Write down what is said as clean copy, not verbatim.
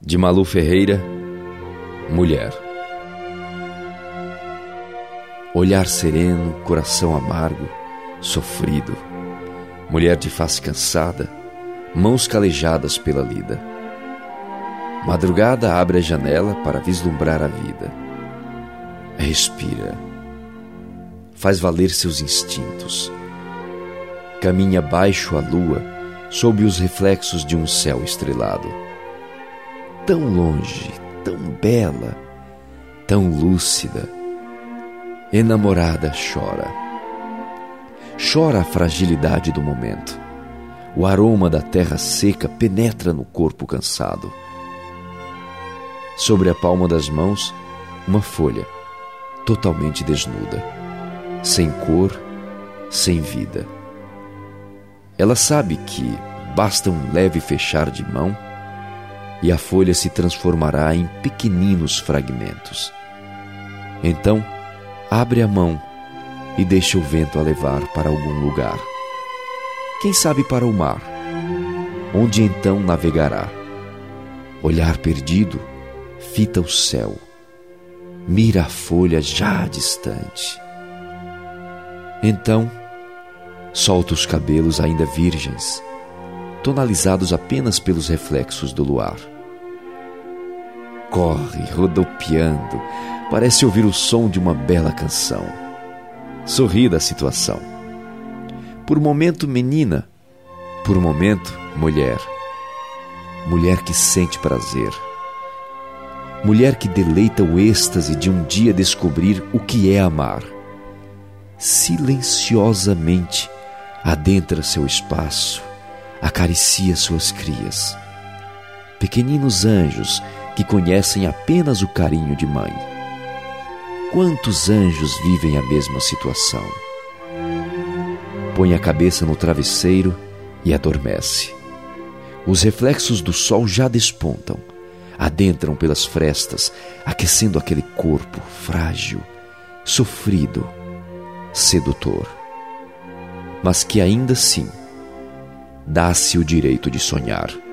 de Malu Ferreira, Mulher. Olhar sereno, coração amargo, sofrido. Mulher de face cansada, mãos calejadas pela lida. Madrugada abre a janela para vislumbrar a vida. Respira. Faz valer seus instintos. Caminha baixo a lua, sob os reflexos de um céu estrelado. Tão longe, tão bela, tão lúcida. Enamorada chora. Chora a fragilidade do momento. O aroma da terra seca penetra no corpo cansado. Sobre a palma das mãos, uma folha, totalmente desnuda, sem cor, sem vida. Ela sabe que basta um leve fechar de mão e a folha se transformará em pequeninos fragmentos. Então, abre a mão e deixa o vento a levar para algum lugar. Quem sabe para o mar, onde então navegará. Olhar perdido, fita o céu, mira a folha já distante. Então, solta os cabelos ainda virgens, tonalizados apenas pelos reflexos do luar. Corre, rodopiando, parece ouvir o som de uma bela canção. Sorri da situação. Por um momento, menina, por um momento, mulher. Mulher que sente prazer. Mulher que deleita o êxtase de um dia descobrir o que é amar. Silenciosamente adentra seu espaço, acaricia suas crias. Pequeninos anjos que conhecem apenas o carinho de mãe. Quantos anjos vivem a mesma situação? Põe a cabeça no travesseiro e adormece. Os reflexos do sol já despontam, adentram pelas frestas, aquecendo aquele corpo frágil, sofrido, sedutor, mas que ainda assim dá-se o direito de sonhar.